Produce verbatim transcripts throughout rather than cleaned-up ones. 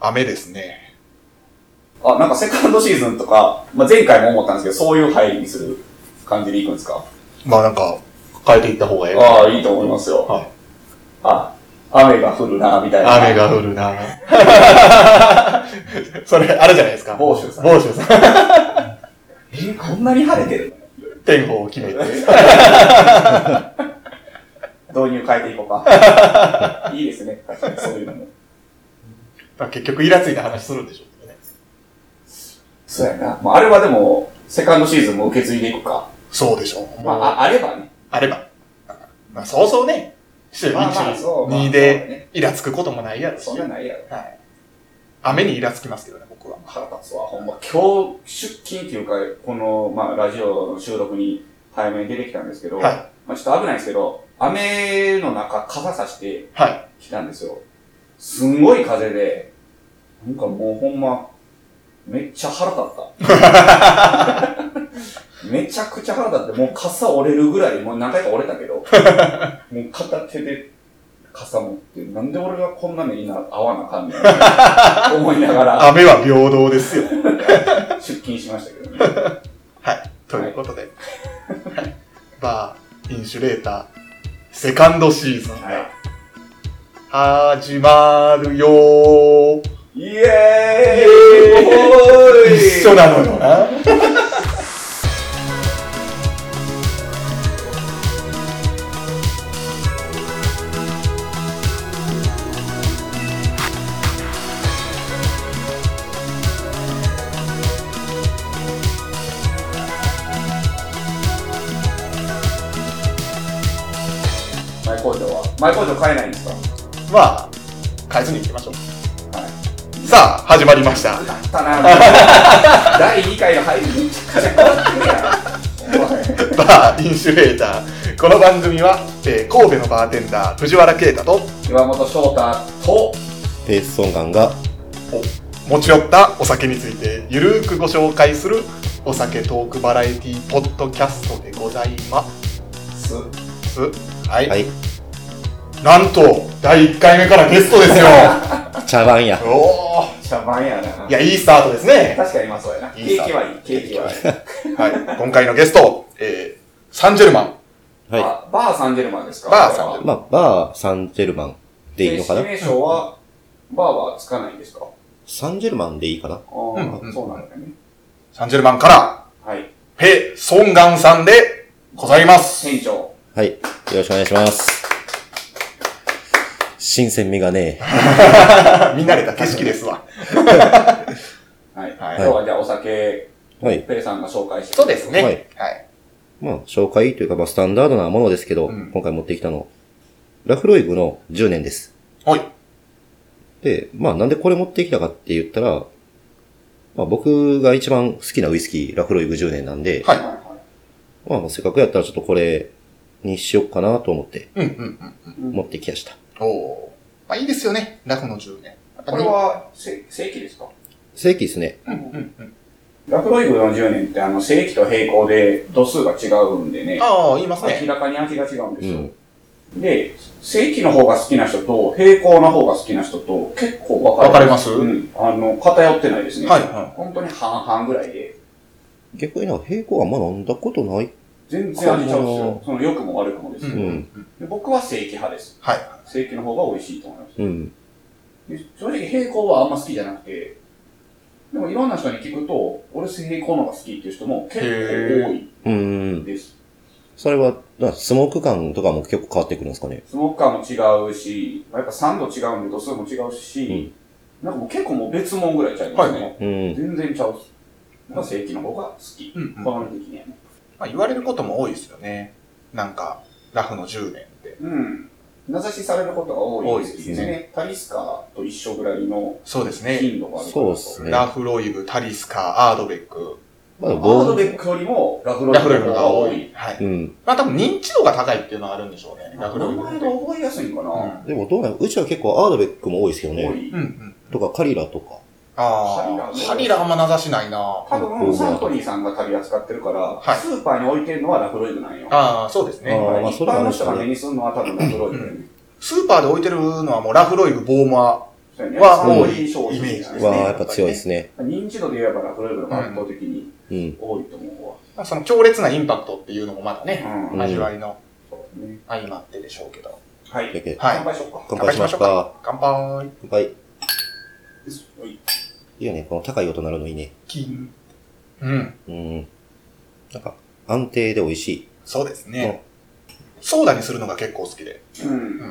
雨ですね。 あ、なんかセカンドシーズンとか、まあ、前回も思ったんですけど、そういう入りにする感じでいくんですか？ まあなんか、変えていった方がいい。 ああ、いいと思いますよ。はい。あ、雨が降るな、みたいな。 雨が降るな。それ、あれじゃないですか。 房州さん。 房州さん。 え、こんなに晴れてるの？ 天候を決めて。 導入変えていこうか。いいですね。確かにそういうのも。 まあ、結局イラついた話するんでしょうね。 そうやな。まあ、あれはでも、セカンドシーズンも受け継いでいくか。 そうでしょう。 まあ、あ、あればね。 あれば。まあ、そうそうね。週いち、にでイラつくこともないやろし。 そんなないやろ。 はい。雨にイラつきますけどね、僕は。 腹立つわ。ほんま、今日出勤っていうか、この、まあ、ラジオの収録に早めに出てきたんですけど、はい。まあ、ちょっと危ないですけど、雨の中、傘さして来たんですよ。はい。すんごい風で、なんかもうほんま、めっちゃ腹立った。めちゃくちゃ腹立って、もう傘折れるぐらい、もう何回か折れたけど、もう片手で傘持って、なんで俺がこんな目にな合わなあかんねん思いながら。 雨は平等ですよ。 出勤しましたけどね。 はい。ということで、はい、バー、インシュレーター、セカンドシーズンが、はい、始まるよー。 イエーイ一緒なのよな。 前工場は前工場買えないんですか？ まあ、変えずに行きましょう。さあ、始まりました。 だったなだいにかいの入りめちゃくちゃ変わってるやん。 バーインシュレーター。この番組は、えー、神戸のバーテンダー藤原啓太と岩本翔太とペースソンガンが持ち寄ったお酒についてゆるーくご紹介するお酒トークバラエティポッドキャストでございますす。はい、はい、なんとだいいっかいめからゲストですよ。 茶番や。 おー、茶番やな。 いや、いいスタートですね。 確かにまあそうやな。景気はいい、景気はいい。 はい、今回のゲスト、えー、サンジェルマン。 はい。 バーサンジェルマンですか？ バーサンジェルマン。 まあ、バーサンジェルマンでいいのかな？ 正式名称は、バーはつかないんですか？ サンジェルマンでいいかな？ ああ、うん、そうなんだね。 サンジェルマンから、 はい。 ペ・ソンガンさんでございます。 店長。 はい。よろしくお願いします。新鮮味がねえ。見慣れた景色ですわ。 はい。はい。今日はじゃあお酒、はい。ペレさんが紹介して。 そうですね。 はい。はい。まあ、紹介というか、まあ、スタンダードなものですけど、うん、今回持ってきたの、ラフロイグのじゅうねんです。 はい。 で、まあ、なんでこれ持ってきたかって言ったら、まあ、僕が一番好きなウイスキー、ラフロイグじゅうねんなんで、はい。まあ、せっかくやったらちょっとこれにしよっかなと思って、うんうんうん、持ってきました。 おー。まあ、いいですよね、ラフのじゅうねん。 これは、正規ですか？ 正規ですね。 うんうんうん。ラフロイグのじゅうねんってあの正規と並行で度数が違うんでね。 ああ、言いますね。 明らかに味が違うんですよ。うん、で、正規の方が好きな人と並行の方が好きな人と結構分かれます。分かれます？うん。あの、偏ってないですね。はいはい。本当に半々ぐらいで。 逆になんか並行はあんま飲んだことない。 全然味ちゃうんですよ。その良くも悪くもですよ、うん。で僕は正規派です。はい。正規の方が美味しいと思います。うん。で正直並行はあんま好きじゃなくて、でもいろんな人に聞くと、俺並行の方が好きっていう人も結構多いです。 それは、スモーク感とかも結構変わってくるんですかね？ スモーク感も違うし、やっぱ酸度違うんで度数も違うし、うん、なんかもう結構もう別物ぐらいちゃいますね。はい、うん、全然ちゃう。だから正規の方が好き。うんうん、好み的にはね。 まあ、言われることも多いですよね。なんか、ラフのじゅうねんって。 うん。名指しされることが多いですね。ねタリスカと一緒ぐらいのそうですね。 頻度があるから。 そうですね。 ラフロイグ、タリスカ、アードベック。 まあ、アードベックよりもラフロイグの方が多い。 はい。うん。まあ多分認知度が高いっていうのはあるんでしょうね。ラフロイグ。 名前が覚えやすいんかな、 うん、でもどうなの？うちは結構アードベックも多いですよね。 多い。うんうん。 とかカリラとか。 ああ、ハリラあんま名指しないな。 多分、サントリーさんが取り扱ってるから、はい、スーパーに置いてるのはラフロイグなんよ。 ああ、そうですね。 まあ、一般の人が目にするのは多分ラフロイグ、ねうん。 スーパーで置いてるのはもうラフロイグ、ボーマー。 は多いイメージですね。 はやっぱ強いですね。 認知度で言えばラフロイグのが圧倒的に多いと思うわ。 うん、その強烈なインパクトっていうのもまだね、うん、味わいの相まってでしょうけど。 はい。はい、 乾杯しようか。 乾杯しましょうか。 乾杯。 乾杯。いいよね、この高い音鳴るのいいね。 キン。うん。 うん。なんか、安定で美味しい。 そうですね。ソーダにするのが結構好きで。 うん。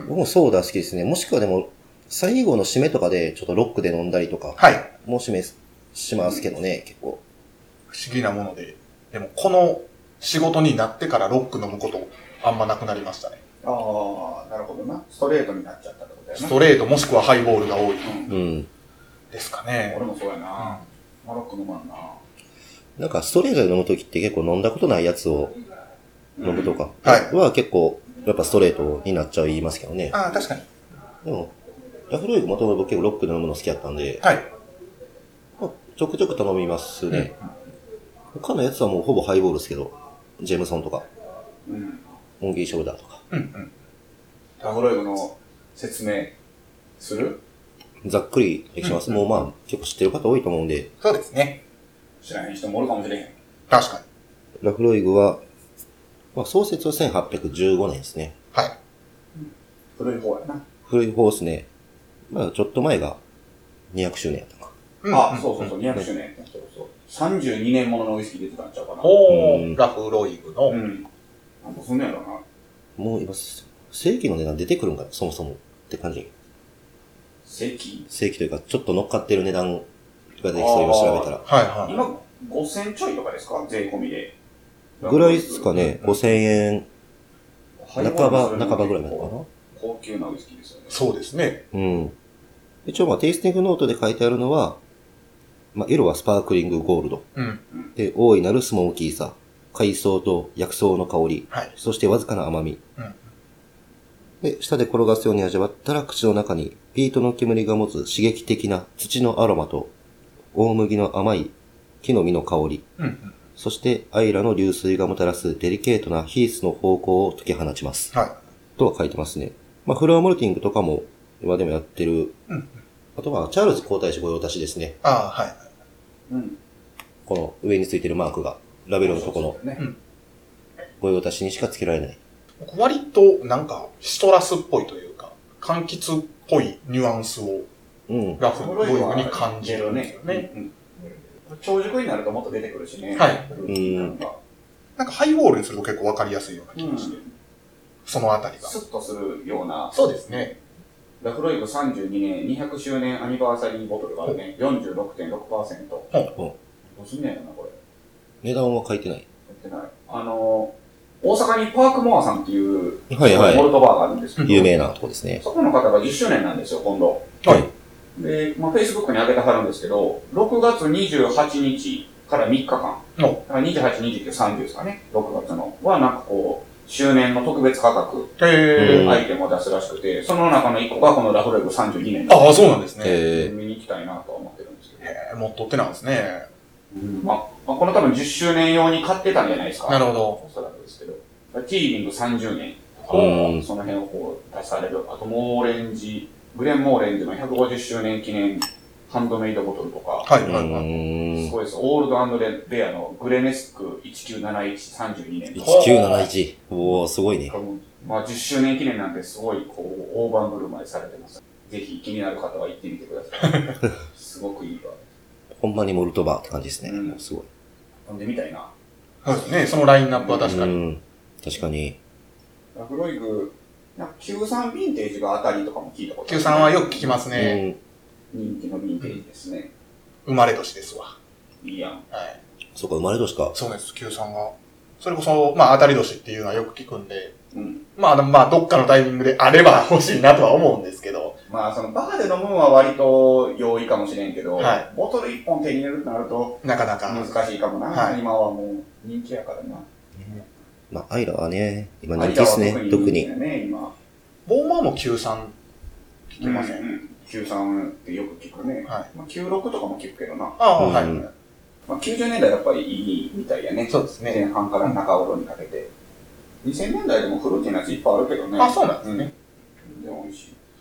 僕もソーダ好きですね。もしくはでも、最後の締めとかで、ちょっとロックで飲んだりとか。 はい。 もう締めしますけどね、結構。 不思議なもので。でも、この仕事になってからロック飲むことあんまなくなりましたね。 ああ、なるほどな。ストレートになっちゃったってことだよね。 ストレートもしくはハイボールが多い。 うん。 ですかね。 俺もそうやな。うん、ロック飲まんな。 なんか、ストレートで飲むときって結構飲んだことないやつを飲むとか。うん、はい。は結構、やっぱストレートになっちゃう言いますけどね。 ああ、確かに。 でも、ラフロイグもともと僕結構ロックで飲むの好きだったんで。 はい。 まあ、ちょくちょく頼みますね。うん、他のやつはもうほぼハイボールですけど、ジェームソンとか、うん、モンキーショルダーとか。 うんうん。 ラフロイグの説明する？ ざっくりできます。うんうん、もうまあ、結構知ってる方多いと思うんで。 そうですね。 知らへん人もおるかもしれへん。 確かに。 ラフロイグは、まあ、創設はせんはっぴゃくじゅうごねんですね。 はい。 うん、古い方やな。 古い方ですね。まあ、ちょっと前がにひゃくしゅうねんやったか。 うん、あ、そうそうそう、にひゃくしゅうねん。そうそう。さんじゅうにねんもののウイスキー出てたんちゃうかな。 おー、ラフロイグの。 うん。なんかそんなんやろな。 もう今、正規の値段出てくるんかな、そもそも。って感じ。 正規正規というか、ちょっと乗っかってる値段ができそう、今調べたら。 はいはい。 今、ごせんちょいとかですか？税込みで。 ぐらいですかね。ごせんえん。半ば、半ばぐらいなのかな。 高級なウイスキーですよね。 そうですね。 うん。一応まあテイスティングノートで書いてあるのは、まあ色はスパークリングゴールド。 うん。 で、大いなるスモーキーさ。海藻と薬草の香り。 はい。 そしてわずかな甘み。 うん。 で、舌で転がすように味わったら口の中にピートの煙が持つ刺激的な土のアロマと大麦の甘い木の実の香り。 うんうん。 そしてアイラの流水がもたらすデリケートなヒースの方向を解き放ちます。 はい。 とは書いてますね。まあフロアモルティングとかも今でもやってる。 うん。 あとはチャールズ皇太子御用達ですね。 ああ、はい。 うん。 この上についてるマークがラベルのところの、 ね、 御用達にしか付けられない。 割となんかシトラスっぽいというか、柑橘っぽいニュアンスをラフロイグに感じるんですよね。 うんうん、長熟になるともっと出てくるしね。 はい。 うん。 なんかハイボールにすると結構わかりやすいような気がして、うん、そのあたりが。 スッとするような。 そうですね。 ラフロイグさんじゅうにねん、にひゃくしゅうねんアニバーサリーボトルがね、よんじゅうろくてんろくパーセント。 ほう。 どうすんねやろな、これ。 値段は書いてない。 書いてない。あのー、大阪にパークモアさんっていう、 はいはい。 モルトバーがあるんですけど。 有名なとこですね。 そこの方がじゅっしゅうねんなんですよ、今度。 はい。 で、まあ、Facebook に上げてはるんですけど、ろくがつにじゅうはちにちからみっかかん。だからにじゅうはち、にじゅうく、さんじゅうですかね。ろくがつの。は、なんかこう、周年の特別価格でアイテムを出すらしくて、その中のいっこがこのラフロイグさんじゅうにねん。 ああ、そうなんですね。 見に行きたいなとは思ってるんですけど。 へえ、もっとってなんですね。 うん、まあ、まあ、この多分じゅっしゅうねん用に買ってたんじゃないですか。 なるほど。 おそらくですけど。ティーリングさんじゅうねんとか、うん、その辺をこう出される。あと、モーレンジ、グレンモーレンジのひゃくごじゅっしゅうねん記念ハンドメイドボトルとか。 はいはいはい。 すごいです。オールド&レアのグレネスクいちきゅうなないちさんじゅうにねん。 いちきゅうなないち。おー、すごいね。 まあじゅっしゅうねん記念なんてすごいこう、大盤振る舞いされてます。ぜひ気になる方は行ってみてください。すごくいいわ。 ほんまにモルトバーって感じですね。うん、すごい。 飲んでみたいな。 そうですね。そのラインナップは確かに。うん、 確かに。 ラフロイグ、なんかキューサンヴィンテージが当たりとかも聞いたことある、 ね。キューサンはよく聞きますね。 うん、人気のヴィンテージですね。 生まれ年ですわ。 いいやん。 はい。 そうか、生まれ年か。 そうです、キューサンが。それこそ、まあ当たり年っていうのはよく聞くんで、 うん、 まあ、まあ、どっかのタイミングであれば欲しいなとは思うんですけど。 まあ、そのバーで飲むのは割と容易かもしれんけど、 はい、 ボトルいっぽん手に入れるとなると、 なかなか難しいかもな。はい、今はもう人気やからな。うん、 まあ、アイラはね、今人気ですね、特に。 ね、今。 ボーマーもキューサン聞きません、 うんうん、キューサンってよく聞くね。はい、まあ、キューろくとかも聞くけどな。 ああ、うん、はい。 まあ、きゅうじゅうねんだいやっぱりいいみたいやね。 そうですね。 前半から中頃にかけて。にせんねんだいでもフルーティーなやついっぱいあるけどね。 あ、そうなんですね。 うん、でも美味しい。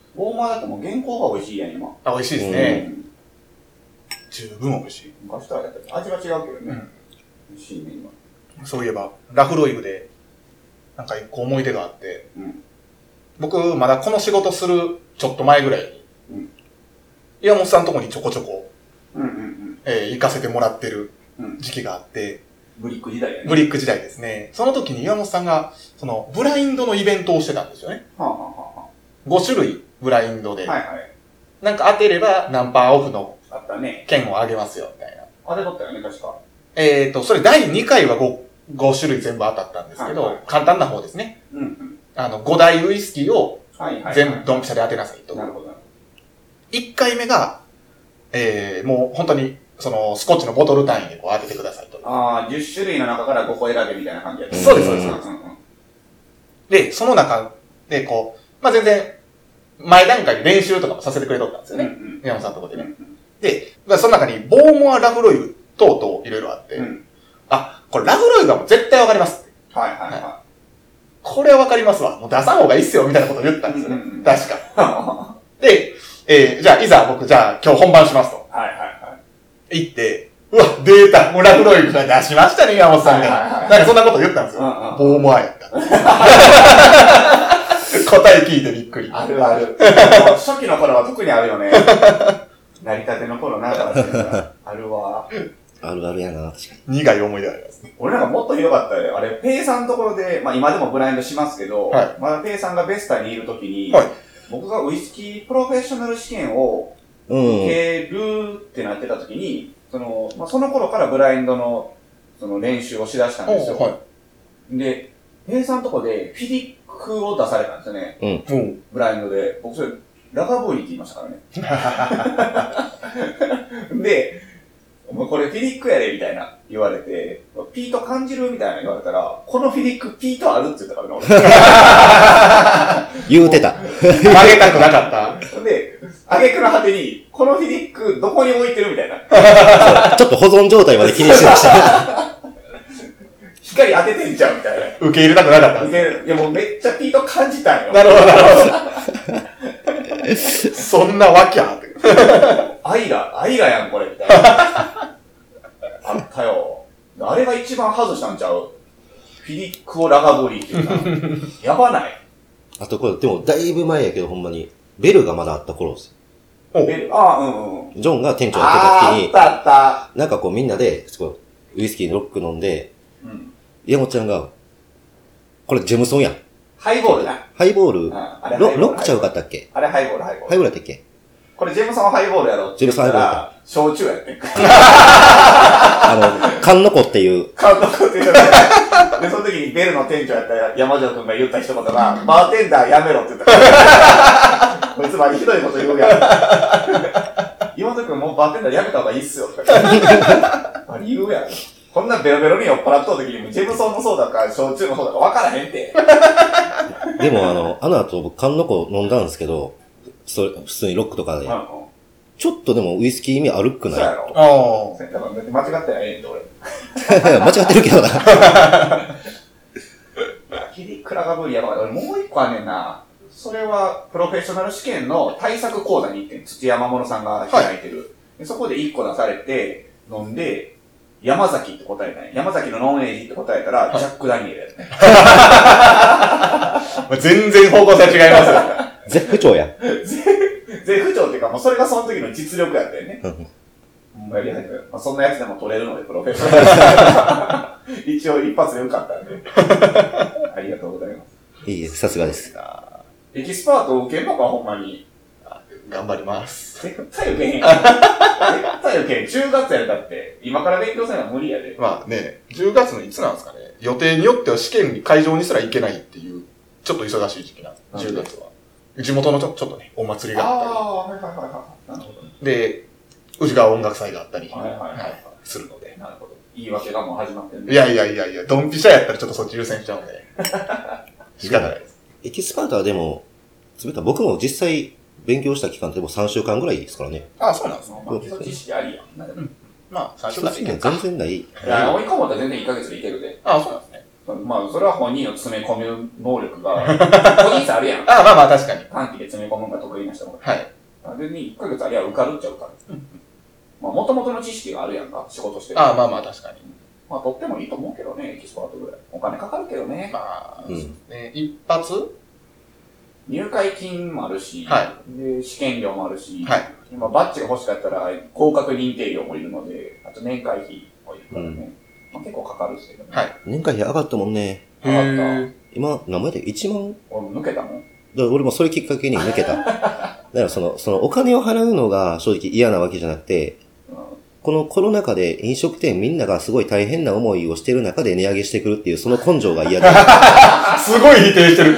大間だともう原稿が美味しいやん、今。 あ、美味しいですね。うん、十分美味しい。 昔とはやったら味は違うけどね。うん、美味しいね、今。 そういえば、ラフロイグで、なんか一個思い出があって、うん、僕、まだこの仕事するちょっと前ぐらいに、うん、岩本さんのとこにちょこちょこ、うんうんうんえー、行かせてもらってる時期があって、 うん、ブリック時代やね。 ブリック時代ですね。その時に岩本さんが、その、ブラインドのイベントをしてたんですよね。はあはあはあ、ご種類、ブラインドで。はいはい。なんか当てれば何パーオフの券をあげますよ、みたいな。 あれだったよね、確か。 えっと、それだいにかいは 5, ご種類全部当たったんですけど、はいはい、簡単な方ですね。うんうん、あの、ご大ウイスキーを全部ドンピシャで当てなさいと。なるほど。いっかいめが、えー、もう本当に、その、スコッチのボトル単位でこう当ててくださいと。 ああ、じゅっしゅるいの中からごこ選べみたいな感じやった。 そうです、そうです。うんうんうん、で、その中でこう、まあ、全然、前段階で練習とかもさせてくれとったんですよね。うんうん、宮本さんのとこでね。うんうん、で、まあ、その中に、ボーモア・ラフロイグ等々いろいろあって、うん、あ、これラフロイグはもう絶対わかりますって。はいはいはい。はい、これはわかりますわ。もう出さん方がいいっすよ、みたいなことを言ったんですよね。うんうん、確か。で、えー、じゃあ、いざ僕、じゃあ、今日本番しますと。はいはいはい。行って、うわ、データ、もうラフロイグ出しましたね、山本さんが。はいはいはい、なんかそんなこと言ったんですよ。うんうん、ボーモアやった。答え聞いてびっくり。 あるある。初期の頃は特にあるよね。成り立ての頃なんかあるわ。 あるあるやな、確かに。苦い思い出ありますね。 俺なんかもっとひどかったよ。あれ、ペイさんのところで、まあ今でもブラインドしますけど、はい、まだペイさんがベスタにいるときに、はい、僕がウイスキープロフェッショナル試験を受けるってなってたときに、その、まあ、その頃からブラインドの、その練習をしだしたんですよ。はい、で、ペイさんのところでフィリックを出されたんですよね。うん、ブラインドで。僕それ、ラガーボーリーって言いましたからね。で、もうこれフィリックやでみたいな言われて、ピート感じるみたいな言われたら、このフィリックピートあるって言ったからね、 俺。言うてた。 曲げたくなかった。 で、挙句の果てに、このフィリックどこに置いてるみたいな。 ちょっと保存状態まで気にしてました。 光当ててんじゃんみたいな。 受け入れたくなかったんです。 受け入れ、いやもうめっちゃピート感じたんよ。 なるほど、なるほど。そんなわきゃって。 アイラ、アイラやんこれみたいな。あったよ。あれが一番外したんちゃう？フィリックをラガボリーっていうのやばない？ あとこれ、でもだいぶ前やけどほんまに、ベルがまだあった頃ですよ。ベル、ああ、うんうん。 ジョンが店長やってた時に、 あったあった。 なんかこうみんなで、ウイスキーのロック飲んで、うん、岩本ちゃんが、これジェムソンやん。 ハイボールな。 ハイボール、うん、あれロロックちゃうかったっけ？ あれハイボール、ハイボール。 ハイボールやったっけ？ これジェムソンハイボールやろって言ったら、焼酎やってん。 あの、缶の子っていう。 缶の子って言ったで、その時にベルの店長やった山城くんが言った一言が、バーテンダーやめろって言ったから。こいつまでひどいこと言うやん。山城くんもうバーテンダーやめた方がいいっすよ。あれ言うやん。こんなベロベロに酔っ払っとう時に、ジェムソンのそうだか、焼酎のそうだか分からへんって。 でもあの、あの後僕缶の子飲んだんですけど、それ、普通にロックとかで。うんうん、ちょっとでもウイスキー意味悪くない？ そうやろ。ああ。だから間違ってないええんで、俺。 間違ってるけどな。 キリクラガブリやばい。俺もう一個あんねんな。それは、プロフェッショナル試験の対策講座に行ってん。土山物さんが開いてる。はい、でそこで一個出されて、飲んで、山崎って答えたね。山崎のノンエイジって答えたら、はい、ジャック・ダニエルやね。 全然方向性違いますよ。 絶不調や。 絶不調っていうか、もうそれがその時の実力やったよね。まあ、そんなやつでも取れるので、プロフェッショナル。一応一発で受かったんで。ありがとうございます。 いいです、さすがです。 エキスパート受けんのか、ほんまに。 頑張ります。 絶対受けへん。絶対受けへん。じゅうがつやるだって。今から勉強するのは無理やで。 まあね、じゅうがつのいつなんですかね。予定によっては試験に会場にすら行けないっていう、ちょっと忙しい時期な、じゅうがつは。地元のちょっとね、お祭りがあったり。ああ、はいはいはいはい。なるほど、ね。で、宇治川音楽祭があったり、はいはいはい、はい、するので。 なるほど。言い訳がもう始まってるね。 いやいやいやいや、ドンピシャやったらちょっとそっち優先しちゃうんで。仕方ないです。 エキスパートはでも、つめた僕も実際勉強した期間ってもうさんしゅうかんぐらいですからね。 ああ、そうなんですね。 まあ、基礎知識ありやん。うん、 まあ、さんしゅうかんでいけるか。全然ない。 いや、追い込もったら全然いっかげつでいけるで。 ああ、そうなんですね。 ままあ、それは本人の詰め込む能力が、個人差あるやん。 ああ、まあまあ確かに。 短期で詰め込むのが得意な人も。 はい。 で、いっかげつありゃ受かるっちゃ受かる。うん、まあ、もともとの知識があるやんか、仕事してる。 ああ、まあまあ確かに。 まあ、とってもいいと思うけどね、エキスパートぐらい。お金かかるけどね。 まあ、うん、ね、一発入会金もあるし、 はい、 で試験料もあるし、 はい、 今バッジが欲しかったら合格認定料もいるので、あと年会費もいるからね。うんまあ、結構かかるんですけどね。 はい。年会費上がったもんね。 上がった。 今、何倍でいちまん俺も抜けたもん。 だ俺もそれきっかけに抜けた。だからその、そのお金を払うのが正直嫌なわけじゃなくて、うん、このコロナ禍で飲食店みんながすごい大変な思いをしてる中で値上げしてくるっていうその根性が嫌だ。 すごい否定してる。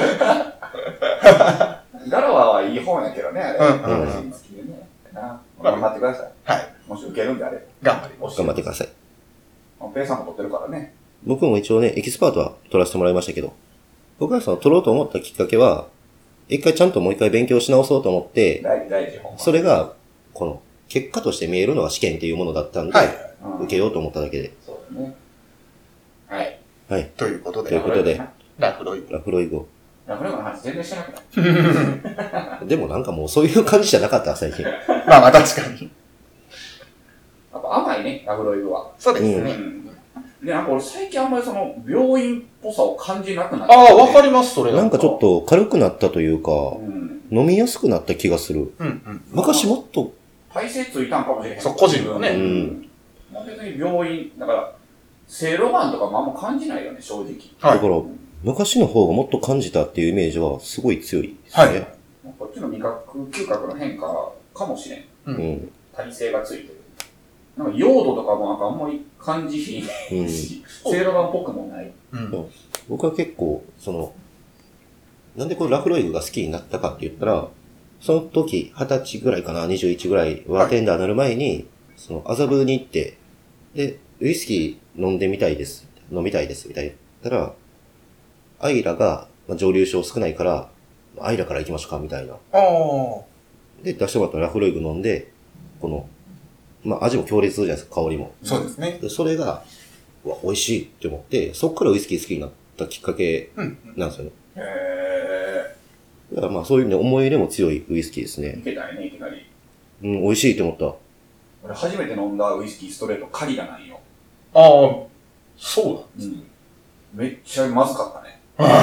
ガロアはいい本やけどね、あれ。うんうんうん。好きでね。頑張ってください。 はい。 もし受けるんであれば。 頑張ります。頑張ってください。 ペイさんも取ってるからね。 僕も一応ね、エキスパートは取らせてもらいましたけど、僕がその取ろうと思ったきっかけは、一回ちゃんともう一回勉強し直そうと思って、 大事大事。 それが、この、結果として見えるのが試験っていうものだったんで、はいうん、受けようと思っただけで。 そうだね。はい。 はい。 ということで。 ということで。 ラフロイゴ。 ラフロイゴ。 ラフロイゴの話全然してなくない。でもなんかもうそういう感じじゃなかった、最近。 まあまあ確かに。 やっぱ甘いね、ラフロイゴは。 そうですね。 うんで、なんか俺最近あんまりその、病院っぽさを感じなくなった、 ね。ああ、わかります、それなんかちょっと軽くなったというか、うん、飲みやすくなった気がする。うんうん、昔もっと。 体勢ついたんかもしれへん。 そう、個人のね。うん。 別に病院、だから、セイロガンとかもあんま感じないよね、正直。 はい。だから、昔の方がもっと感じたっていうイメージはすごい強いですね。はい。 こっちの味覚、嗅覚の変化かもしれん。うん。体勢がついてる。なんか、用土とかもなんかあんまり感じひんし、うん、セイロガンっぽくもない。 うん、僕は結構、その、なんでこのラフロイグが好きになったかって言ったら、その時、二十歳ぐらいかな、にじゅういちぐらい、ワーテンダーになる前に、はい、その、麻布に行って、で、ウイスキー飲んでみたいです。飲みたいです。みたいな。言ったら、アイラが、まあ、蒸留酒少ないから、アイラから行きましょうか、みたいな。で、出してもらったラフロイグ飲んで、この、まあ、味も強烈じゃないですか、香りも。 そうですね。 でそれが、うわ、美味しいって思って、そっからウイスキー好きになったきっかけなんですよね。うん、へー。だからまあ、そういう意味で思い入れも強いウイスキーですね。 いけたいね、いきなり。 うん、美味しいって思った。 俺初めて飲んだウイスキーストレート、カリラなんよ。 ああ、そうなんですね、 うん。めっちゃまずかったね。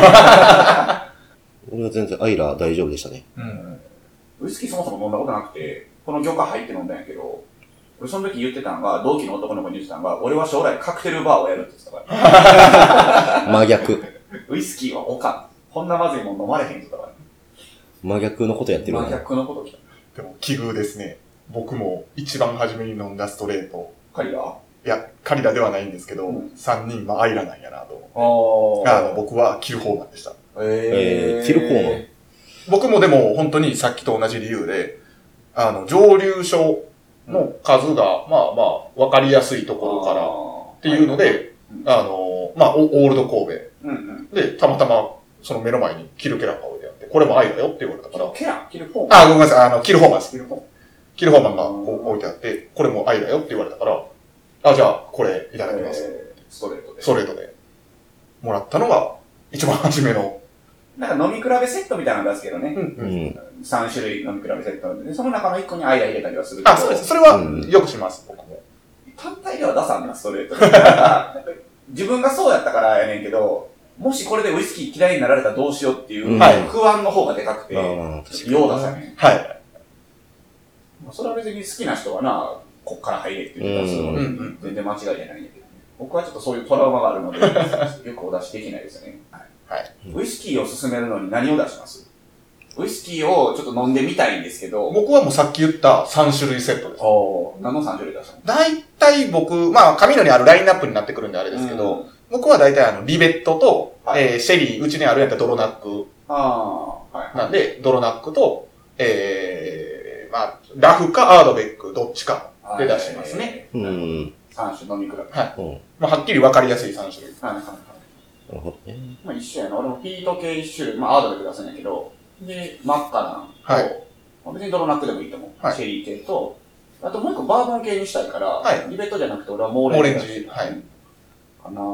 俺は全然アイラ大丈夫でしたね。 うん。ウイスキーそもそも飲んだことなくて、この業界入って飲んだんやけど、俺その時言ってたのが、同期の男の子に言ってたのが、俺は将来カクテルバーをやるって言ってたから。 真逆。 ウイスキーはおかん。こんなまずいもん飲まれへんって言ったから。 真逆のことやってる、 ね。真逆のこと来た。 でも奇遇ですね。僕も一番初めに飲んだストレート。 カリラ？ いや、カリラではないんですけど、うん、さんにんはアイラなんやなと思って。ああの僕はキルホーマンでした。 えー、キルホーマン。 僕もでも本当にさっきと同じ理由で、あの、蒸留所の数が、まあまあ、わかりやすいところからっていうので、あの、まあ、オールド神戸で、たまたまその目の前にキルケランが置いてあって、これもアイラよって言われたから。 ケラン？キルホーマン？ あ、ごめんなさい、あの、キルホーマンです。キルホーマン。キルホーマンが置いてあって、これもアイラよって言われたから、あ、じゃあ、これいただきます。 えー、ストレートで。 ストレートで。もらったのが、一番初めの。 なんか飲み比べセットみたいなの出すけどね。うんうん、さん種類飲み比べセットで、その中のいっこにアイラ入れたりはするけど。 あ、そうです。それはよくします、僕も。 単体では出さんな、ストレートで。自分がそうやったからやねんけど、もしこれでウイスキー嫌いになられたらどうしようっていう不安の方がでかくて、よう出さねん。はい。それは別に好きな人はな、こっから入れって言って出すので、全然間違いじゃないんだけどね。僕はちょっとそういうトラウマがあるので、よくお出しできないですね。はいはい、ウイスキーを勧めるのに何を出します？ウイスキーをちょっと飲んでみたいんですけど。 僕はもうさっき言ったさん種類セットです。 おー、何のさん種類出したの？ 大体僕、まあ、紙のにあるラインナップになってくるんであれですけど、うん、僕は大体あの、リベットと、はい、えー、シェリー、うちにあるやったらドロナック。あー、はい。なんで、ドロナックと、えー、まあ、ラフかアードベック、どっちかで出しますね。 うん。 さん種飲み比べ。 はい。うん、まあ、はっきり分かりやすいさん種類。はいはいはい。 なるほどね。 まあ一緒やな。俺もピート系一種類、まあアードベック出すんやけど、で、マッカランと、はい、まあ、別にドロナックでもいいと思う。はい、シェリー系と、あともう一個バーボン系にしたいから、はい、リベットじゃなくて俺はモーレンジ。モーレンジ。はい。かな。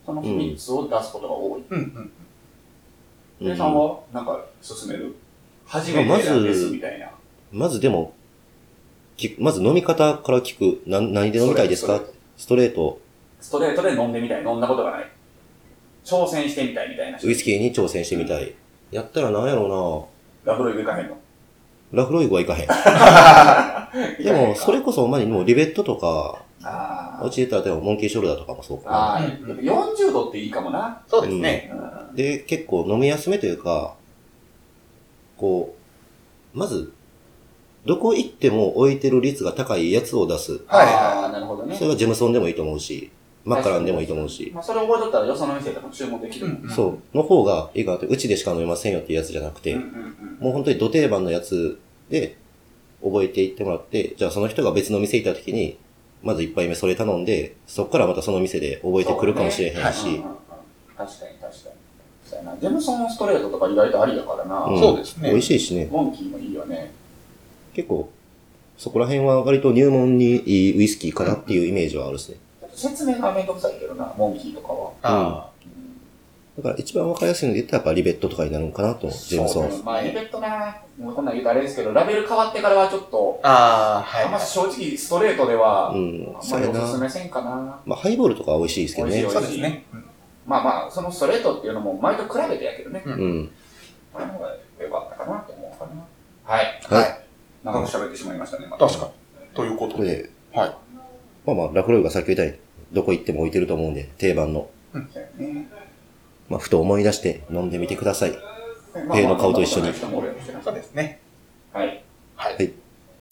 そのみっつを出すことが多い。 うんうんうん。で、さんはなんか進める初めてなんですみたいな。 まずでも、まず飲み方から聞く。な、何で飲みたいですか？ストレート。 ストレートで飲んでみたい。飲んだことがない。挑戦してみたいみたいな。 ウイスキーに挑戦してみたい。うん、やったら何やろうな。ラフロイグ行かへんの？ ラフロイグは行かへん。でも、それこそ、まにもうリベットとか、落ちてたら、でもモンキーショルダーとかもそうかな。 ああ、よんじゅうどっていいかもな。 そうですね。 うん、で、結構飲みやすめというか、こう、まず、どこ行っても置いてる率が高いやつを出す。 はいはい。なるほどね。 それがジェムソンでもいいと思うし、マッカランでもいいと思うし。 まあ、それ覚えとったらよその店とか注文できる、 うん。そう。の方がいいかなって、うちでしか飲めませんよっていうやつじゃなくて、うんうんうん、もう本当に土定番のやつで覚えていってもらって、じゃあその人が別の店行った時に、まず一杯目それ頼んで、そっからまたその店で覚えてくるかもしれへんし。ね、はいうんうんうん、 確かに確かに。そうやな。ジェムソンストレートとか意外とありだからな。 うん、 そうですね。 美味しいしね。 モンキーもいいよね。 結構、そこら辺は割と入門にいいウイスキーかなっていうイメージはあるですね。 説明がめんどくさいけどな、モンキーとかは。 あうん、だから一番わかりやすいので言ったらやっぱリベットとかになるのかなと思う、ジェムソン。 そうまあリベットな、もうこんなん言うとあれですけど、ラベル変わってからはちょっと、 ああ、はい。 あんま正直ストレートでは、うん、あんまりおすすめせんかな。 まあハイボールとかは美味しいですけどね。 美味しい美味しい。そうですね。まあまあ、そのストレートっていうのも前と比べてやけどね。 うん。 あの方が良かったかなと思うかな。はい。 はい。 長く喋ってしまいましたね、 また。確かに。ということで。はい。 まあまあ、ラフロイグがさっき言ったように、どこ行っても置いてると思うんで、定番の。 うん。 まあ、ふと思い出して飲んでみてください。ペイの顔と一緒に。 そうですね。 はい。 はい。 はい。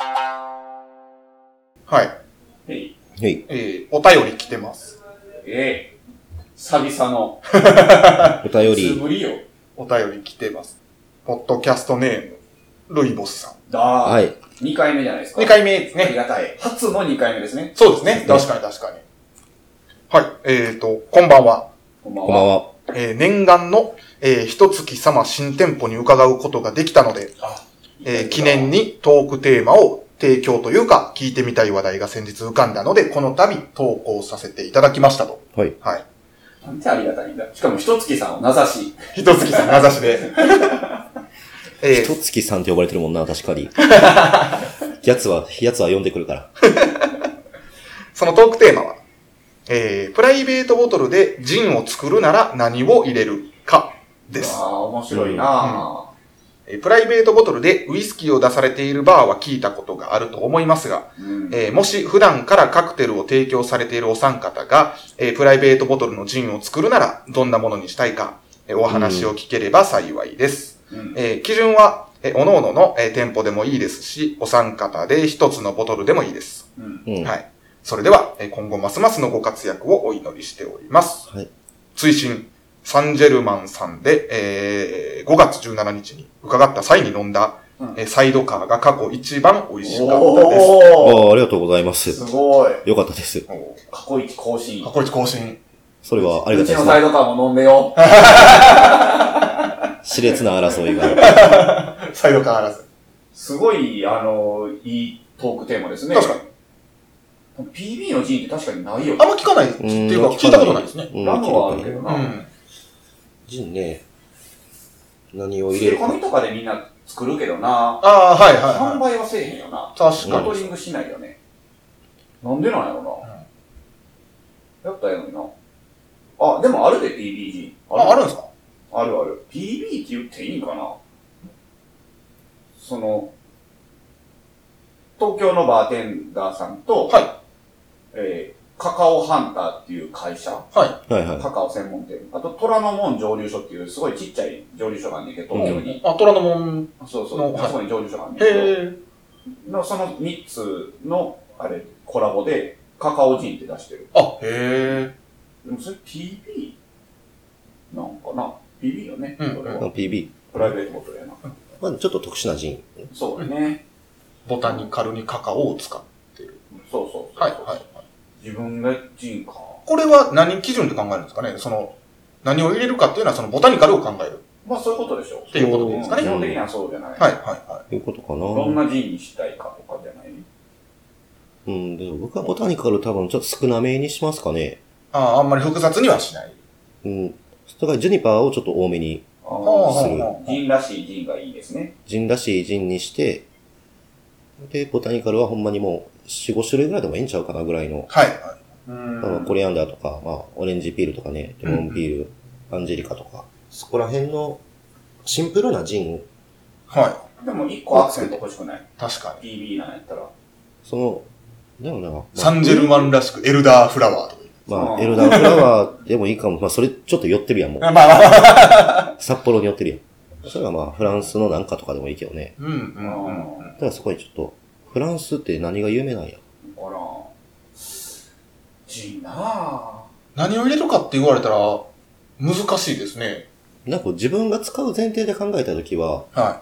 はい。 はい。 えー、お便り来てます。 えー。久々の。 お便り。 つぶりよ。 お便り来てます。ポッドキャストネーム、ルイボスさん。 だー。 はい。 にかいめじゃないですか。 にかいめですね。 ありがたい。初のにかいめですね。 そうですね。確かに確かに。はい。えーと、こんばんは。 こんばんは。 こんばんは。 えー、念願の、えー、一月様新店舗に伺うことができたので、えー、記念にトークテーマを提供というか、聞いてみたい話題が先日浮かんだので、この度投稿させていただきましたと。 はい。 はい。 なんてありがたいんだ。しかも一月さんを名指し。 一月さん名指しで。 えー、一月さんって呼ばれてるもんな、確かに。やつは、やつは呼んでくるから。 そのトークテーマは、えー、プライベートボトルでジンを作るなら何を入れるかです。 ああ、面白いな、 うん、プライベートボトルでウイスキーを出されているバーは聞いたことがあると思いますが、うんえー、もし普段からカクテルを提供されているお三方が、えー、プライベートボトルのジンを作るならどんなものにしたいか、えー、お話を聞ければ幸いです。うんえー、基準は、えー、各々の、えー、店舗でもいいですし、お三方で一つのボトルでもいいです。うん、はい。それでは、今後ますますのご活躍をお祈りしております。 はい。 追伸、サンジェルマンさんで、えー、ごがつじゅうしちにちに伺った際に飲んだ、うんえー、サイドカーが過去一番美味しかったです。 ああ、ありがとうございます。 すごい。 よかったです。 過去一更新。 過去一更新。 それはありがたいです、ね。 うちのサイドカーも飲んでよ。 熾烈な争いが。 サイドカー争い。 すごい、あの、いいトークテーマですね。 確かに。 ピービー のジンって確かにないよ。 あんま聞かないっていうか、聞いたことないですね。 ラムはあるけどな。うん、 ジンね、何を入れるか。 紙とかでみんな作るけどな。 ああ、はいはい、はい。 販売はせえへんよな。 確かに。 ガトリングしないよね。なんでなんやろな。うん、やったらやのにな。あ、でもあるで ピービー ジン。 あ、あるんですか？ あるある。ピービー って言っていいんかな？その、東京のバーテンダーさんと、 はい。 えー、カカオハンターっていう会社。 はい。 はいはい。 カカオ専門店。あと、虎ノ門蒸留所っていうすごいちっちゃい蒸留所があるんだけど、東京に。 うん、あ、虎ノ門。 そうそう。あそこに蒸留所があるんだけど。へー。 の、そのみっつの、あれ、コラボで、カカオジンって出してる。 あ、へー。でもそれ ピービー なんかな ?ピービー よね。 うん。それは ピービー。 プライベートボトルやな。 まあちょっと特殊なジン。 そうね。 ボタニカルにカカオを使ってる。 そうそうそう。 はいはいはい。 自分がジンか。 これは何基準で考えるんですかね？その、何を入れるかっていうのはそのボタニカルを考える。 まあそういうことでしょう。 っていうことでいいですかね。 基本的にはそうじゃない。 はいはいはい。 いうことかな。 どんなジンにしたいかとかじゃないね。 うん、でも僕はボタニカル多分ちょっと少なめにしますかね。 ああ、あんまり複雑にはしない。 うん。それからジュニパーをちょっと多めにする。 ジンらしいジンがいいですね。 ジンらしいジンにして、で、ボタニカルはほんまにもうよん、ご種類ぐらいでもいいんちゃうかなぐらいの。 はい。 うん、コリアンダーとか、まあ、オレンジピールとかね、レモンピール、うん、アンジェリカとか、そこら辺のシンプルなジンを。 はい。 でも一個アクセント欲しくない？ 確かに。 ピービー なんやったら。 その、でもな、まあ、サンジェルマンらしくエルダーフラワーとか。 まあ、エルダーフラワーでもいいかも。まあ、それちょっと寄ってるやん、もう。まあまあ札幌に寄ってるやん。それはまあ、フランスのなんかとかでもいいけどね。 うん、うん、うん。 だからそこにちょっと、フランスって何が有名なんや？ あら。ジンなぁ。 何を入れるかって言われたら、難しいですね。 なんか自分が使う前提で考えたときは、 はい。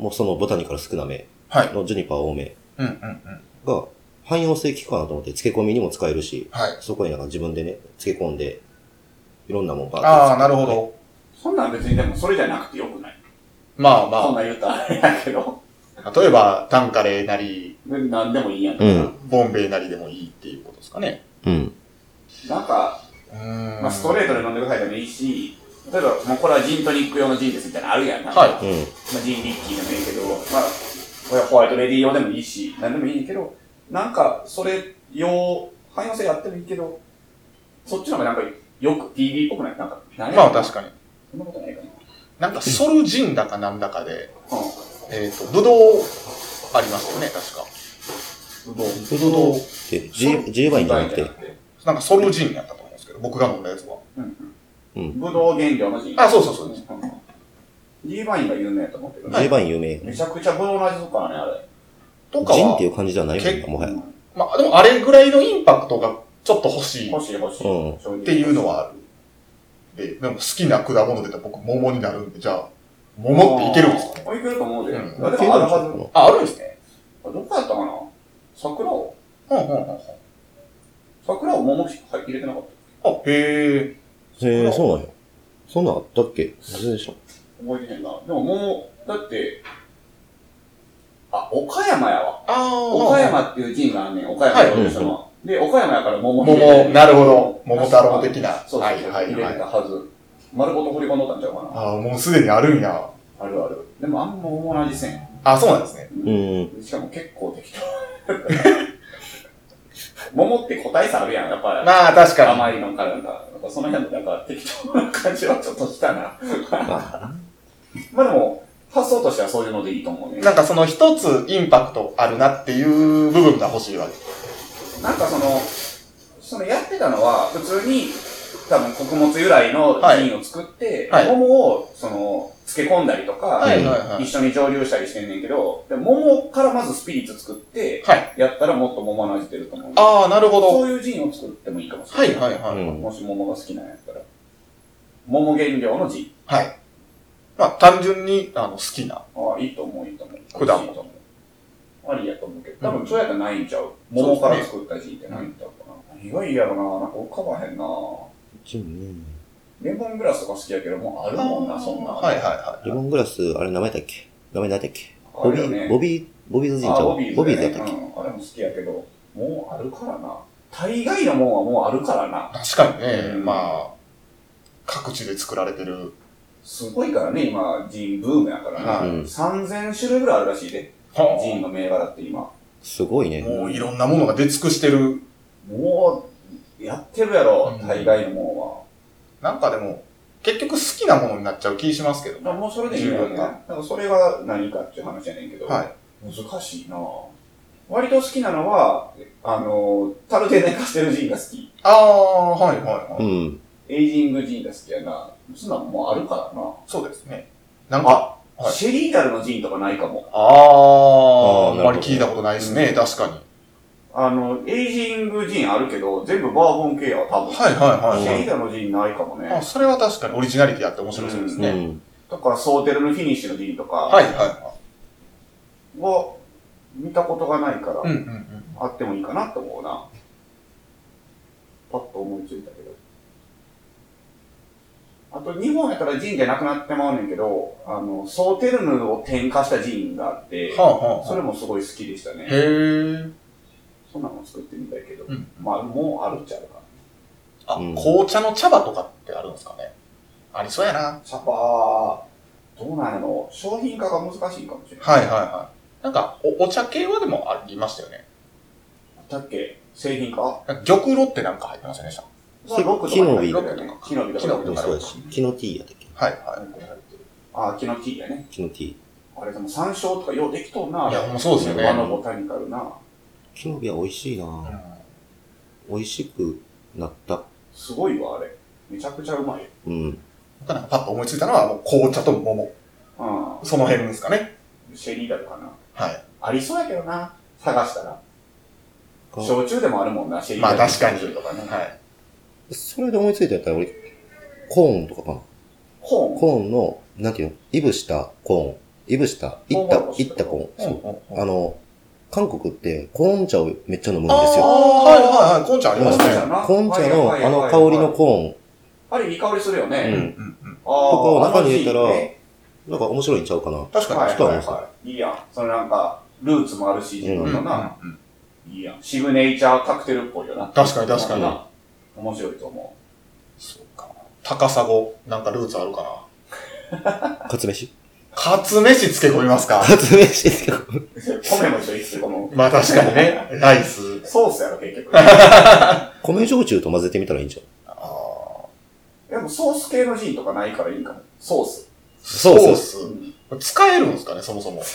もうそのボタニカル少なめのジュニパー多めが汎用性効くかなと思って、漬け込みにも使えるし、はい、そこになんか自分でね、漬け込んで、いろんなもんバーッと。 ああ、なるほど。 そんなん別にでもそれじゃなくてよくない？ まあまあ。 そんなん言うとあれやけど。 例えば、タンカレーなり、 なんでもいいやんか、 うん。 ボンベイなりでもいいっていうことですかね。 うん。 なんか、うーんまあ、ストレートで飲んでくださいでもいいし、例えば、もうこれはジントニック用のジンですみたいなのあるやん。なんかはい。 うん。 まあ、ジンリッキーでもいいけど、まあ、これはホワイトレディ用でもいいし、なんでもいいけど、なんか、それ用、汎用性やってもいいけど、そっちの方がなんか、よく ピービー っぽくない？なんか、何やまあ確かに。 そんなことないかな。 なんか、ソルジンだかなんだかで、うん、えっ、ー、と、ブドウ、ありますよね、確か。 ブドウ。 ブドウって、G、G ワインじゃなくて。 なんかソルジンやったと思うんですけど、僕が飲んだやつは。 うんうん。ブドウ原料のジン。 あ、そうそうそうです。 G ワインが有名やと思ってるね。 G ワイン有名。 めちゃくちゃブドウの味するからね、あれ。 とかは。ジンっていう感じじゃないもんな、もはや。 まあ、でもあれぐらいのインパクトがちょっと欲しい。 欲しい欲しい。 うん。 っていうのはある。で、でも好きな果物で言ったら僕、桃になるんで、じゃあ、桃っていけるんですか？ あ、いけると思うで。うん、 でもあるはず。あ、あるんですね。 どこやったかな？桜をうんうんうんうん。 桜を桃入れてなかった？ あ、へえ。 へえ、そうなんや。そんなんあったっけ？全然でしょ。 覚えてへんな。でも桃、だって、あ、岡山やわ。 あ岡山っていうジンがあんねん。岡山の人の。で、岡山やから桃入れて。桃、なるほど。桃太郎的な。 そうそう、はいはい、入れてたはず。丸ごと振り込んどったんちゃうかな。 ああ、もうすでにあるんや。 あるある。でもあんま桃の味せん。 あ、そうなんですね。 うん。 しかも結構適当。桃って個体差あるやん、やっぱり。 まあ確かに。 甘いのからなんか、その辺のなんか適当な感じはちょっとしたな。まあでも、発想としてはそういうのでいいと思うね。 なんかその一つインパクトあるなっていう部分が欲しいわけ。 なんかその、そのやってたのは、普通に、多分穀物由来のジンを作って、はいはい、桃を、その、漬け込んだりとか、はいはいはい、一緒に蒸留したりしてんねんけど、で桃からまずスピリッツ作って、はい、やったらもっと桃の味出ると思う。 ああ、なるほど。 そういうジンを作ってもいいかもしれない。はいはいはい。うん、もし桃が好きなんやったら。桃原料のジン。 はい。まあ、単純に、あの、好きな。 ああ、いいと思う、いいと思う。 果物。 ありやと思うけど、多分そうやったらないんちゃう。桃から作ったジンってないんちゃうかな。何がいいやろな、なんか浮かばへんな。 ジンね。 レモングラスとか好きやけど、もうあるもんな、そんな。 はいはいはい。 レモングラス、あれ名前だっけ？名前何だっけ？ボビー、ボビー、ボビーズジンちゃう？ボビーズやったっけ？ うん、あれも好きやけど、もうあるからな。大概のもんはもうあるからな。 確かにね、うん、まあ、各地で作られてる。 すごいからね、今、ジンブームやからな。うん、さんぜん種類ぐらいあるらしいで。ジンの銘柄って今。 すごいね。 もういろんなものが出尽くしてる。 もう、やってるやろ、大概のもんは。 なんかでも、結局好きなものになっちゃう気しますけどね。 もうそれでいいよね。なんかそれが何かっていう話やねんけど、はい、難しいなぁ。割と好きなのは、あの、樽で寝かしてるジンが好き。 ああ、はいはいはい。 うん。 エイジングジンが好きやな。そんなのもうあるからな。 そうですね。なんか、 はい、シェリー樽のジンとかないかも。 ああ、あんまり聞いたことないですね、うん、確かに。 あの、エイジングジンあるけど、全部バーボン系やわ、多分。 はいはいはい。 シェリー樽のジンないかもね。 あ、それは確かにオリジナリティあって面白そうですね。うんうん、 だから、ソーテルのフィニッシュのジンとか。 はいはいはい。 は、見たことがないから、 うんうんうん、 あってもいいかなと思うな。パッと思いついたけど。あと、日本やったらジンじゃなくなってまうねんけど、あの、ソーテルヌを添加したジンがあって、はあはあはあ、それもすごい好きでしたね。 へー。 そんなの作ってみたいけど、 うん、 まあ、もうあるっちゃうかな。あ、うん、紅茶の茶葉とかってあるんですかね。ありそうやな。 茶葉、どうなんやろう。商品化が難しいかもしれない。 はいはいはい。なんか、お、お茶系はでもありましたよね。 だっけ製品化玉露ってなんか入ってませんでした？ 木の実とか。 木の実とか。 木の実とか。そうだし。木のティーやったっけ？ はいはい。 あ、木のティーやね。 木のティー。 あれでも山椒とかようできとんな。 いや、もうそうですよね。 あのボタニカルな。 木の実は美味しいな、うん、美味しくなった。 すごいわ、あれ。めちゃくちゃうまい。 うん。 なんかパッと思いついたのは、もう紅茶と桃。うん。その辺ですかね。 シェリーダルかな。 はい。 ありそうやけどな。探したら。焼酎でもあるもんな、シェリーダル。まあ確かに。 とかね。 はい。それで思いついたやったら俺、コーンとかかな。 コーンコーンの、なんていうのいぶしたコーン。いぶした、いった、いったコーン。そう。あの、韓国ってコーン茶をめっちゃ飲むんですよ。 ああ、はいはいはい。コーン茶ありますね。 コーン茶のあの香りのコーン。 あれいい香りするよね。うん。うん。 とかを中に入れたら、なんか面白いんちゃうかな。 確かに。 ちょっと思います。いいやん。それなんか、ルーツもあるし、自分のな。いいやん。シグネイチャーカクテルっぽいよな。 確かに確かに。 面白いと思う。 そうか。高砂、なんかルーツあるかな。カツ飯カツ飯漬け込みますか？ カツ飯漬け込む。 米も一緒に漬け込む。 まあ確かにね。ライス。 ソースやろ、結局。 米焼酎と混ぜてみたらいいんじゃん。ああ。でもソース系のジンとかないからいいかも。ソース。 ソース。うん、使えるんですかね、そもそも。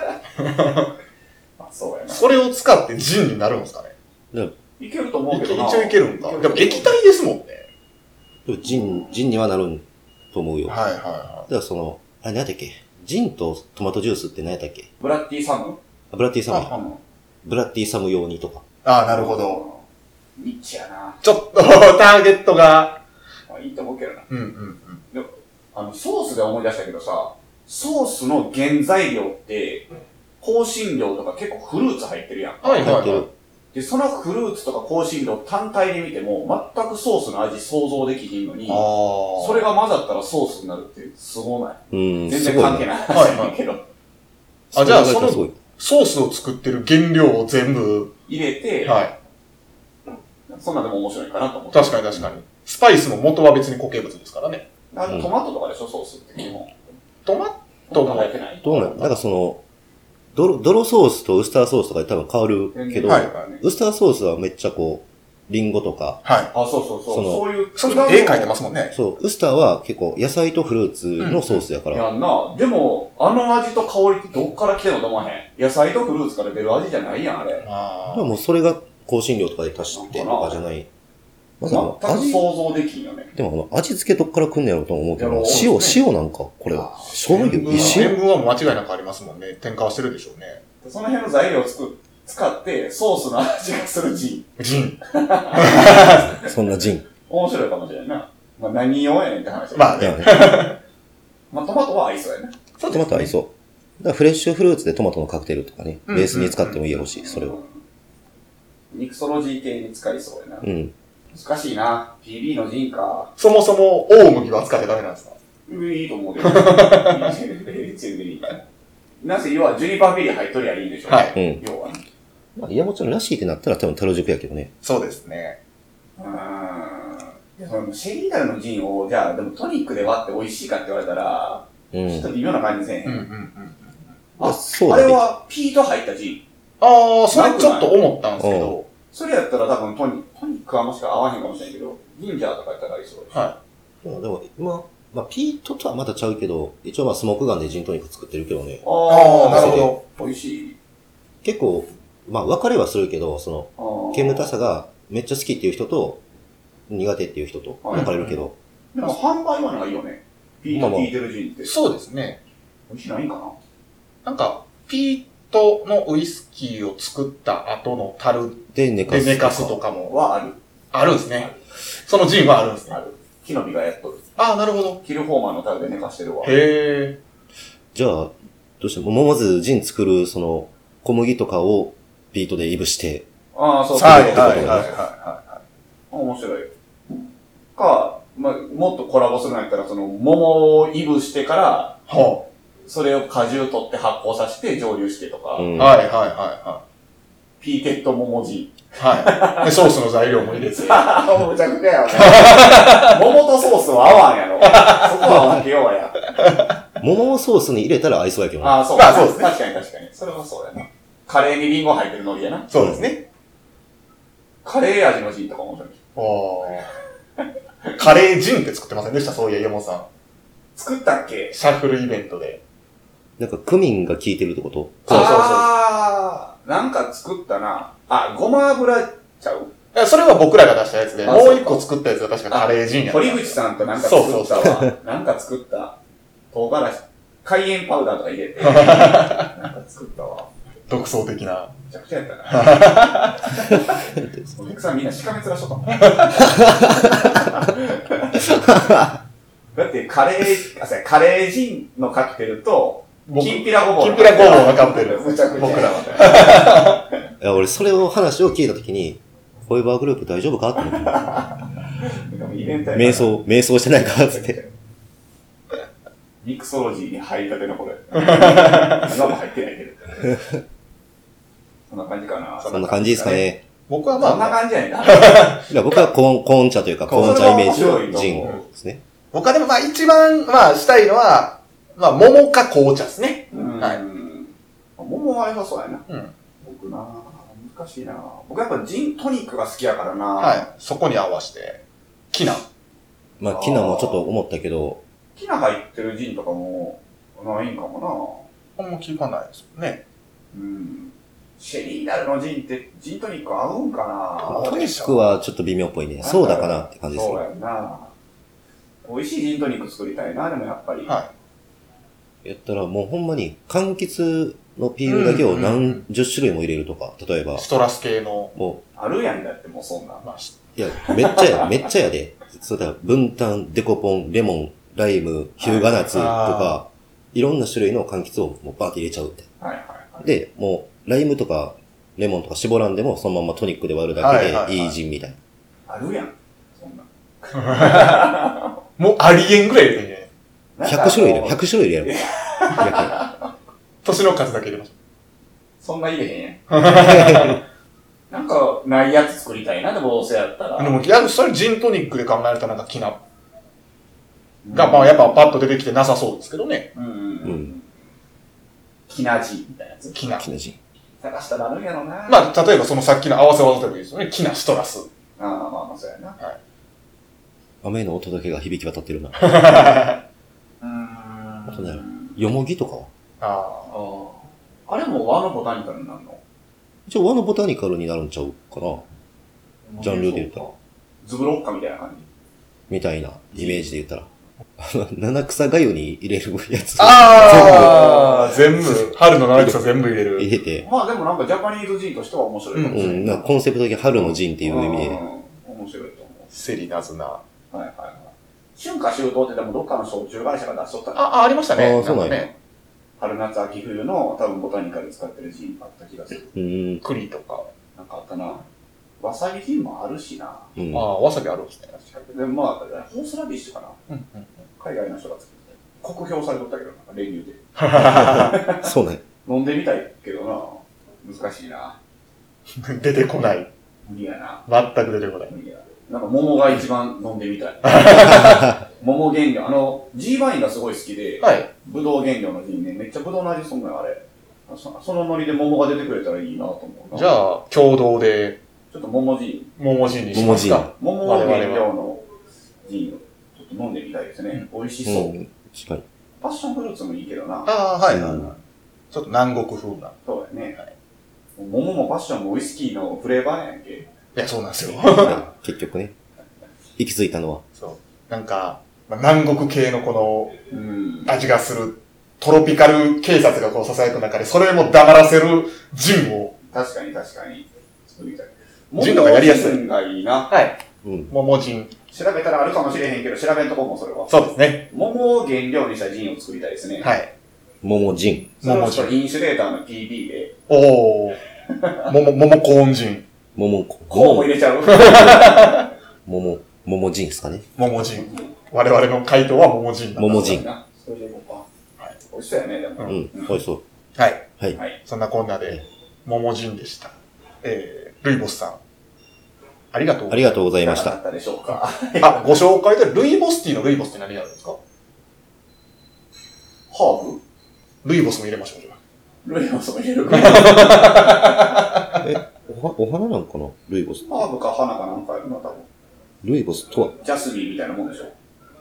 あ、そうやな。 それを使ってジンになるんですかね。 いけると思うけどな。 一応いけるんか。でも液体ですもんね。 でもジン、ジンにはなるんと思うよ。 はいはいはい。だからその、あれ何やったっけジンとトマトジュースって何やったっけブラッディサムブラッディサム。ブラッディサム用にとか。 ああ、なるほど。 ニッチやな。 ちょっと、ターゲットが。 いいと思うけどな。 うんうんうん。 でも、あの、ソースで思い出したけどさ、ソースの原材料って、香辛料とか結構フルーツ入ってるやん。 はいはいはい。 で、そのフルーツとか香辛料単体で見ても、全くソースの味想像できひんのに、それが混ざったらソースになるってすごない。 うん、 全然関係ない。 はいはい。けど。あ、じゃあそのソースを作ってる原料を全部入れて、 はい。 そんなでも面白いかなと思って。 確かに確かに。スパイスも元は別に固形物ですからね。 あのトマトとかでしょ、ソースって基本。 トマトも入ってない。 どうなんだからその、ドロ、ドロソースとウスターソースとかで多分変わるけど、はいはいね、ウスターソースはめっちゃこう、リンゴとか。 はい。 あ、そうそうそう。そのそういう、 そういう絵描いてますもんね。 そう。ウスターは結構野菜とフルーツのソースやから。 うん、やんな。でも、あの味と香りってどっから来てんのと思わへん。野菜とフルーツから出る味じゃないやん、あれ。 ああ。でもそれが香辛料とかで足してとかじゃない。 まさか全く想像できんよね。 でもあの、味付けどっから来んねやろうと思うけど、塩、塩なんか、これは。醤油、 塩。塩分は間違いなくありますもんね。添加はしてるでしょうね。 その辺の材料をつく使って、ソースの味がするジン。 ジン。 そんなジン。 面白いかもしれんな。まあ何用やねんって話。 まあね。 まあトマトは合いそうやね。 トマト合いそう。だからフレッシュフルーツでトマトのカクテルとかね、ベースに使ってもいいやろうし、それを。 ミクソロジー系に使いそうやな。 うん。 難しいな。ピービー のジンか。 そもそも大麦は使っちゃダメなんですか？ いいと思うけど。全然いい。なぜ、要はジュニパーベリー入っとりゃいいんでしょうね。 はい。 要はね。 まあ、いやもちろんらしいってなったら多分タロ熟やけどね。 そうですね。 うーん。いや、そのシェリーダルのジンを、じゃあ、でもトニックで割って美味しいかって言われたら、うん、ちょっと微妙な感じせえへん。うんうんうん。あ、そうだね。あれはピート入ったジン。 ああ、それちょっと思ったんですけど。 それやったら多分トニトニックはもしか合わへんかもしれんけど、ジンジャーとかやったら合いそうです。 はい。でも今、まあ、ピートとはまたちゃうけど、一応まあスモークガンでジントニック作ってるけどね。 ああ、なるほど。美味しい。 結構、まあ分かれはするけど、その、煙たさがめっちゃ好きっていう人と、苦手っていう人と分かれるけど。 でも販売はないよね。ピート効いてるジンって。 そうですね。 美味しいないんかな？ なんか、ピートのウイスキーを作った後の樽で寝かす。 で寝かすとかも。 はある。 あるんですね。そのジンはあるんですね。 ある。木の実がやっとる。 ああ、なるほど。 キルフォーマンの樽で寝かしてるわ。 へえ。 じゃあ、どうしても、まずジン作る、その、小麦とかをピートでいぶして。 ああ、そうそう。 はいはいはいはいはい。 面白い。か、まあ、もっとコラボするんやったら、その、桃をいぶしてから、 はあ、 それを果汁取って発酵させて蒸留してとか。 うん、はいはいはいはピーケット桃ジはい。で、ソースの材料も入れて。 ン。むちゃくちゃやわね。桃とソースは合わんやろ。そこは分けようや。 桃をソースに入れたら合いそうやけどね。 ああ、そう。 まあそうですね。 確かに確かに。それはそうやな。カレーにリンゴ入ってる海苔やな。 そうですね。 カレー味のジンとかも面白い。 おー。カレージンって作ってませんでした？そういや、山本さん。 作ったっけ？ シャッフルイベントで。 なんかクミンが効いてるってこと？ そうそうそう。 あー、なんか作ったな。あ、ごま油ちゃう？ いや、それは僕らが出したやつで、もう一個作ったやつが確かカレージンやった。 堀口さんとなんか作ったわ。なんか作った。唐辛子、海塩パウダーとか入れて。なんか作ったわ。 独創的な。 めちゃくちゃやったな。お客さんみんなしかめつらしとったもん。だってカレー、あ、そうやカレージンのカクテルと、きんぴらごぼう。 きんぴらごぼうがカクテル。 むちゃくちゃ。 僕らは。 いや、俺それを話を聞いたときに、フォーエバーグループ大丈夫かって思って。瞑想、瞑想してないかって。 ミクソロジーに入りたてのこれ。今も入ってないけど。そんな感じかな。 そんな感じですかね。 僕はまあ。 そんな感じやねんな。 いや僕はコーン、コーン茶というか、コーン茶イメージのジンですね。 僕はでもまあ一番、まあしたいのは、まあ桃か紅茶ですね。はい。 桃は良さそうやな。 うん。 僕な難しいな僕やっぱジントニックが好きやからなはい。そこに合わせて。キナ。 まあ、キナもちょっと思ったけど。 キナ入ってるジンとかも、ないんかもなあんま聞かないですよね。 うん。シェリーダルのジンって、ジントニック合うんかなトニックはちょっと微妙っぽいね。そうだかなって感じですね。 そうやな美味しいジントニック作りたいな、でもやっぱり。 はい。 やったらもうほんまに、柑橘のピールだけを何十種類も入れるとか、例えば。 ストラス系の。 もう。あるやんだってもうそんな。まあ、 いや、めっちゃや、めっちゃやで。そうだ、分担、デコポン、レモン、ライム、ヒューガナッツとか、いろんな種類の柑橘をもうバーって入れちゃうって。 はいはいはい。 で、もう、ライムとか、レモンとか絞らんでも、そのままトニックで割るだけでいいジンみたいな。あるやん。そんな。 もうありえんぐらい入れてんね。 ひゃく種類入れる。ひゃく種類入れる。 年の数だけ入れましょう。 そんな入れへんやん。なんか、ないやつ作りたいな、でもどうせやったら。 でも、やる、それジントニックで考えるとなんかキナが、まあやっぱパッと出てきてなさそうですけどね。 うん。うん。キナジンみたいなやつ。 キナ。 キナジン。 探したらあるんやろな。 まあ、例えばそのさっきの合わせ技でもいいですよね。キナストラス。 ああ、まあまあ、そうやな。はい。 雨のお届けが響き渡ってるな。 うーん。 あとね、よもぎとかはああ。あれも和のボタニカルになるの？ 一応和のボタニカルになるんちゃうかな。ジャンルで言ったら。 ズブロッカみたいな感じみたいなイメージで言ったら。七草がゆに入れるやつ。 ああ全部。春の七草全部入れる。 入れて。 まあでもなんかジャパニーズジンとしては面白いかもしれない。 うん、なんかコンセプト的に春のジンっていう意味で。 面白いと思う。 セリナズナ。 はいはいはい。春夏秋冬ってでもどっかの焼酎会社が出しとったあ、あ、ありましたね。 ああ、そうなんや。 春夏秋冬の多分ボタニカル使ってるジンあった気がする。 うん。 栗とか。 なんかあったな。わさびジンもあるしな。 うん、ああ、わさびあるんですね。 確かに。で、まあ、ホースラビッシュかな。 うんうんうん、 海外の人が作って。酷評されとったけどな、レビューで。 そうね。 飲んでみたいけどな。難しいな。 出てこない。 無理やな。 全く出てこない。 無理や。なんか桃が一番飲んでみたい。桃原料。あの、G ワインがすごい好きで、はい。ブドウ原料のジンね、めっちゃブドウの味すんのよ、あれ。そ, そのノリで桃が出てくれたらいいなと思うな。 じゃあ、共同で。 ちょっと桃ジン。 桃ジンにしますか。 桃原料のジンをちょっと飲んでみたいですね。うん、美味しそう。うん、 確かに。 パッションフルーツもいいけどな。 ああ、はい、はい、はい。ちょっと南国風な。 そうだよね。はい、桃もパッションもウイスキーのフレーバーやんけ。 いや、そうなんですよ。 結局ね。行き着いたのは。 そう。なんか、まあ、南国系のこの、味がする、トロピカル警察がこう囁く中で、それも黙らせるジンを。 確かに確かに。作りたい。 ジンとかやりやすい。 ジンがいいな。 はい。うん。桃ジン。 調べたらあるかもしれへんけど、調べんとこもそれは。 そうですね。 桃を原料にしたジンを作りたいですね。 はい。 桃ジン。 桃ジン。インシュレーターの ピービー で。 おー。桃、桃コーンジン。 桃、 コーンも入れちゃう。 桃、桃ジンですかね。 桃ジン。我々の回答は桃ジンだ。 桃ジン。 それでいこうか。はい。美味しそうやね、でも。 うん、美味しそう。 はい。 はい。 そんなこんなで、桃ジンでした。 えー、ルイボスさん。ありがとう。 ありがとうございました。 いかがだったでしょうか。 あ、ご紹介で、ルイボスティーのルイボスって何になるんですか？ ハーブ？ ルイボスも入れましょう、じゃあ。 ルイボスも入れるえ、おは、お花なんかなルイボス。 ハーブか花かなんかやるな、多分。 ルイボスとはジャスミンみたいなもんでしょ。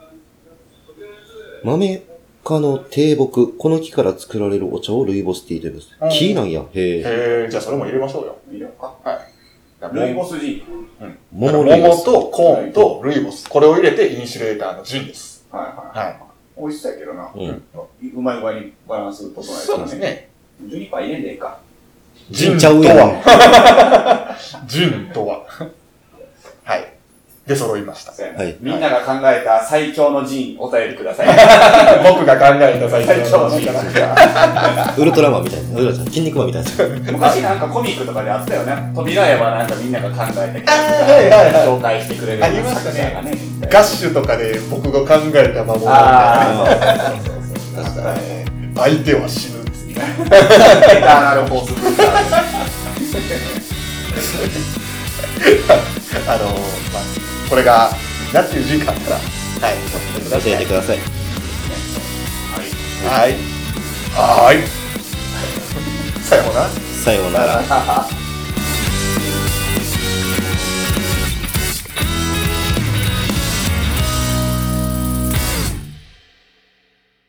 豆科の低木、この木から作られるお茶をルイボスティーと言います。木なんや。へえ。 へえ、じゃあそれも入れましょうよ。 入れようか。 はい。 ルイボスジン。うん。桃とコーンとルイボス。これを入れてインシュレーターのジンです。 はいはい。はい。美味しそうやけどな。うん。うまい具合にバランス整えてね。 そうですね。 じゅうにパーセント入れんでいいか。 ジンちゃうやん。 ジンとは。はい。で、揃いました。 はい。 みんなが考えた最強のジン、お便りください。 僕が考えた最強のジン。 ウルトラマンみたいな。ウルトラマン、筋肉マンみたいな。 昔なんかコミックとかであったよね。扉絵はなんかみんなが考えたキャラクター紹介してくれる。 ありましたね。ガッシュとかで僕が考えた魔物みたいな。相手は死ぬんですね。エターナルフォースブーター。あの、まあ、これが、なっていう時間から、はい、 教えてください。 はい。はい。はい。さようなら。 さようなら。